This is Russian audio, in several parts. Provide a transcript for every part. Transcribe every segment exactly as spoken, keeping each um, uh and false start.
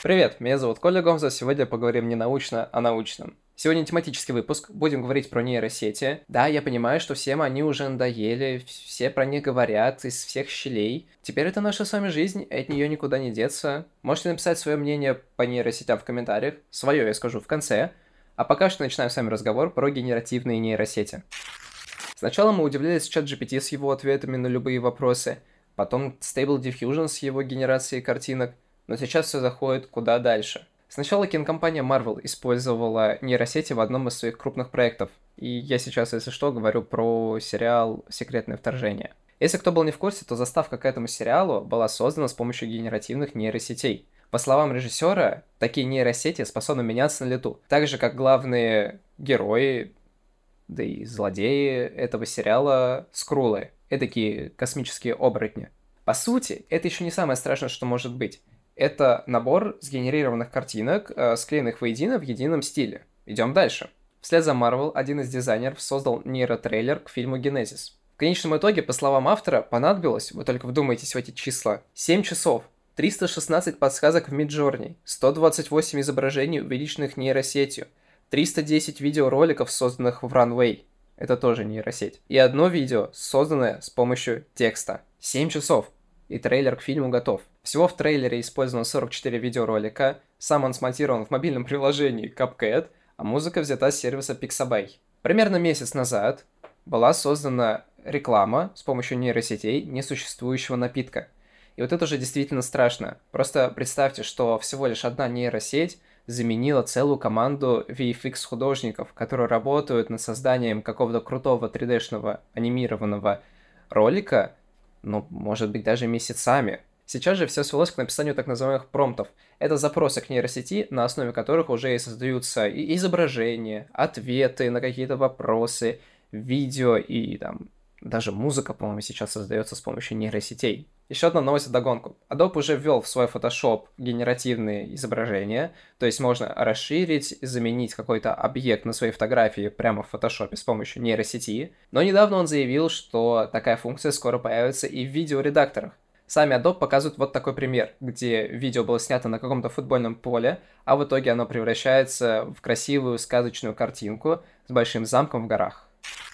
Привет, меня зовут Коля Гомза, сегодня поговорим не научно, а научном. Сегодня тематический выпуск, будем говорить про нейросети. Да, я понимаю, что всем они уже надоели, все про них говорят из всех щелей. Теперь это наша с вами жизнь, и от нее никуда не деться. Можете написать свое мнение по нейросетям в комментариях, свое я скажу в конце. А пока что начинаем с вами разговор про генеративные нейросети. Сначала мы удивлялись ChatGPT с его ответами на любые вопросы, потом Stable Diffusion с его генерацией картинок, но сейчас все заходит куда дальше. Сначала кинокомпания Marvel использовала нейросети в одном из своих крупных проектов, и я сейчас, если что, говорю про сериал «Секретное вторжение». Если кто был не в курсе, то заставка к этому сериалу была создана с помощью генеративных нейросетей. По словам режиссера, такие нейросети способны меняться на лету, так же как главные герои, да и злодеи этого сериала скрулы, эдакие космические оборотни. По сути, это еще не самое страшное, что может быть. Это набор сгенерированных картинок, э, склеенных воедино в едином стиле. Идем дальше. Вслед за Marvel один из дизайнеров создал нейротрейлер к фильму «Генезис». В конечном итоге, по словам автора, понадобилось, вы только вдумайтесь в эти числа, семь часов, триста шестнадцать подсказок в Midjourney, сто двадцать восемь изображений, увеличенных нейросетью, триста десять видеороликов, созданных в Runway, это тоже нейросеть, и одно видео, созданное с помощью текста. семь часов. И трейлер к фильму готов. Всего в трейлере использовано сорок четыре видеоролика, сам он смонтирован в мобильном приложении CapCut, а музыка взята с сервиса Pixabay. Примерно месяц назад была создана реклама с помощью нейросетей несуществующего напитка. И вот это уже действительно страшно. Просто представьте, что всего лишь одна нейросеть заменила целую команду ви эф икс-художников, которые работают над созданием какого-то крутого три дэ-шного анимированного ролика, ну, может быть, даже месяцами. Сейчас же все свелось к написанию так называемых промптов. Это запросы к нейросети, на основе которых уже и создаются и изображения, ответы на какие-то вопросы, видео и там даже музыка, по-моему, сейчас создается с помощью нейросетей. Еще одна новость вдогонку. Adobe уже ввел в свой Photoshop генеративные изображения, то есть можно расширить, заменить какой-то объект на своей фотографии прямо в Photoshop с помощью нейросети, но недавно он заявил, что такая функция скоро появится и в видеоредакторах. Сами Adobe показывают вот такой пример, где видео было снято на каком-то футбольном поле, а в итоге оно превращается в красивую сказочную картинку с большим замком в горах.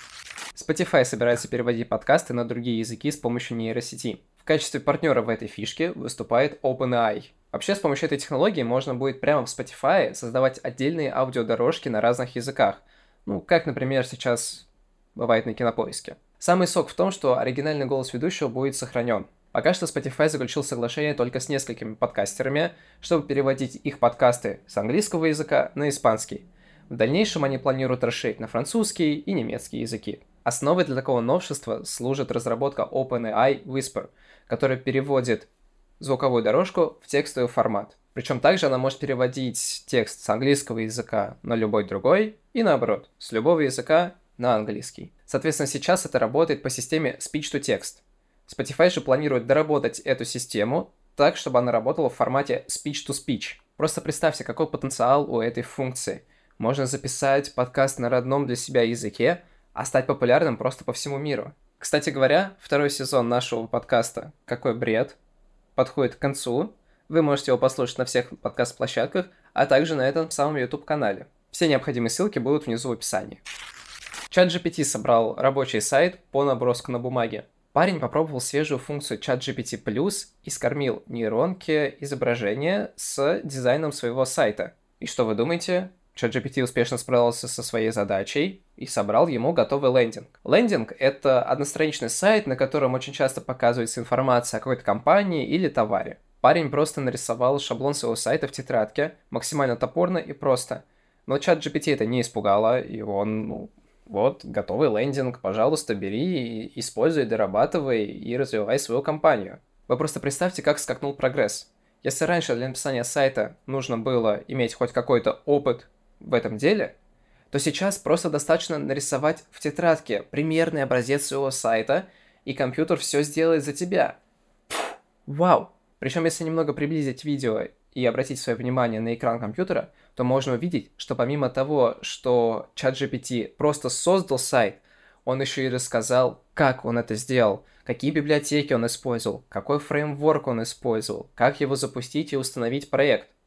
Spotify собирается переводить подкасты на другие языки с помощью нейросети. В качестве партнера в этой фишке выступает OpenAI. Вообще, с помощью этой технологии можно будет прямо в Spotify создавать отдельные аудиодорожки на разных языках. Ну, как, например, сейчас бывает на Кинопоиске. Самый сок в том, что оригинальный голос ведущего будет сохранен. Пока что Spotify заключил соглашение только с несколькими подкастерами, чтобы переводить их подкасты с английского языка на испанский. В дальнейшем они планируют расширить на французский и немецкий языки. Основой для такого новшества служит разработка OpenAI Whisper, которая переводит звуковую дорожку в текстовый формат. Причем также она может переводить текст с английского языка на любой другой и наоборот, с любого языка на английский. Соответственно, сейчас это работает по системе Speech-to-Text. Spotify же планирует доработать эту систему так, чтобы она работала в формате Speech-to-Speech. Просто представьте, какой потенциал у этой функции. Можно записать подкаст на родном для себя языке, а стать популярным просто по всему миру. Кстати говоря, второй сезон нашего подкаста «Какой бред» подходит к концу. Вы можете его послушать на всех подкаст-площадках, а также на этом самом YouTube-канале. Все необходимые ссылки будут внизу в описании. ChatGPT собрал рабочий сайт по наброску на бумаге. Парень попробовал свежую функцию ChatGPT плюс и скормил нейронке изображение с дизайном своего сайта. И что вы думаете? ChatGPT успешно справился со своей задачей и собрал ему готовый лендинг. Лендинг — это одностраничный сайт, на котором очень часто показывается информация о какой-то компании или товаре. Парень просто нарисовал шаблон своего сайта в тетрадке, максимально топорно и просто. Но ChatGPT это не испугало, и он, ну, вот, готовый лендинг, пожалуйста, бери, и используй, дорабатывай и развивай свою компанию. Вы просто представьте, как скакнул прогресс. Если раньше для написания сайта нужно было иметь хоть какой-то опыт в этом деле, то сейчас просто достаточно нарисовать в тетрадке примерный образец своего сайта, и компьютер все сделает за тебя. Пфф, вау! Причем, если немного приблизить видео и обратить свое внимание на экран компьютера, то можно увидеть, что помимо того, что ChatGPT просто создал сайт, он еще и рассказал, как он это сделал, какие библиотеки он использовал, какой фреймворк он использовал, как его запустить и установить проект.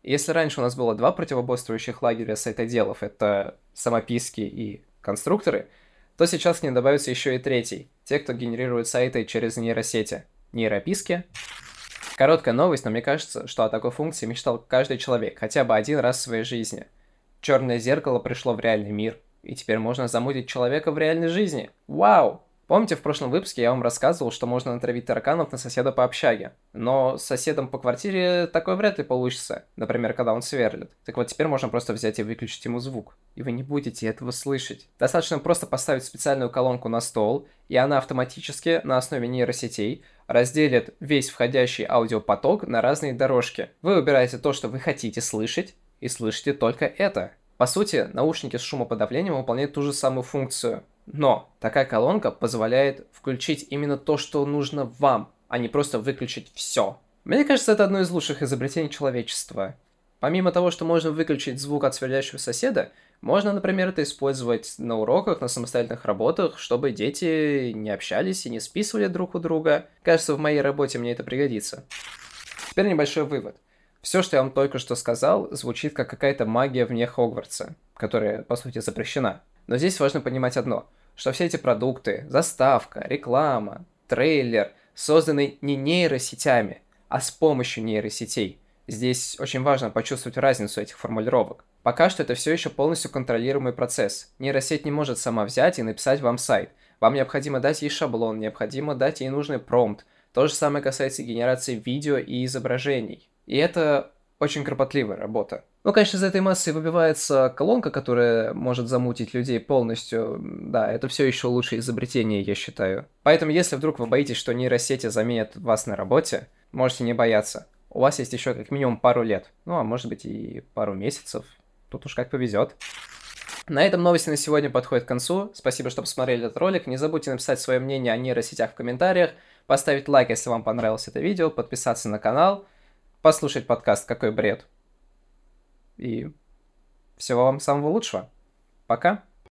Если раньше у нас было два противоборствующих лагеря сайтоделов, это самописки и конструкторы, то сейчас к ним добавится еще и третий, те, кто генерирует сайты через нейросети. Нейрописки. Короткая новость, но мне кажется, что о такой функции мечтал каждый человек хотя бы один раз в своей жизни. Черное зеркало пришло в реальный мир, и теперь можно замутить человека в реальной жизни. Вау! Помните, в прошлом выпуске я вам рассказывал, что можно натравить тараканов на соседа по общаге? Но с соседом по квартире такое вряд ли получится, например, когда он сверлит. Так вот, теперь можно просто взять и выключить ему звук, и вы не будете этого слышать. Достаточно просто поставить специальную колонку на стол, и она автоматически на основе нейросетей разделит весь входящий аудиопоток на разные дорожки. Вы выбираете то, что вы хотите слышать, и слышите только это. По сути, наушники с шумоподавлением выполняют ту же самую функцию. Но такая колонка позволяет включить именно то, что нужно вам, а не просто выключить все. Мне кажется, это одно из лучших изобретений человечества. Помимо того, что можно выключить звук от сверлящего соседа, можно, например, это использовать на уроках, на самостоятельных работах, чтобы дети не общались и не списывали друг у друга. Кажется, в моей работе мне это пригодится. Теперь небольшой вывод. Все, что я вам только что сказал, звучит как какая-то магия вне Хогвартса, которая, по сути, запрещена. Но здесь важно понимать одно, что все эти продукты, заставка, реклама, трейлер созданы не нейросетями, а с помощью нейросетей. Здесь очень важно почувствовать разницу этих формулировок. Пока что это все еще полностью контролируемый процесс. Нейросеть не может сама взять и написать вам сайт. Вам необходимо дать ей шаблон, необходимо дать ей нужный промпт. То же самое касается генерации видео и изображений. И это очень кропотливая работа. Ну, конечно, из этой массы выбивается колонка, которая может замутить людей полностью. Да, это все еще лучшее изобретение, я считаю. Поэтому, если вдруг вы боитесь, что нейросети заменят вас на работе, можете не бояться. У вас есть еще как минимум пару лет. Ну, а может быть и пару месяцев. Тут уж как повезет. На этом новости на сегодня подходят к концу. Спасибо, что посмотрели этот ролик. Не забудьте написать свое мнение о нейросетях в комментариях, поставить лайк, если вам понравилось это видео, подписаться на канал, послушать подкаст «Какой бред». И всего вам самого лучшего. Пока.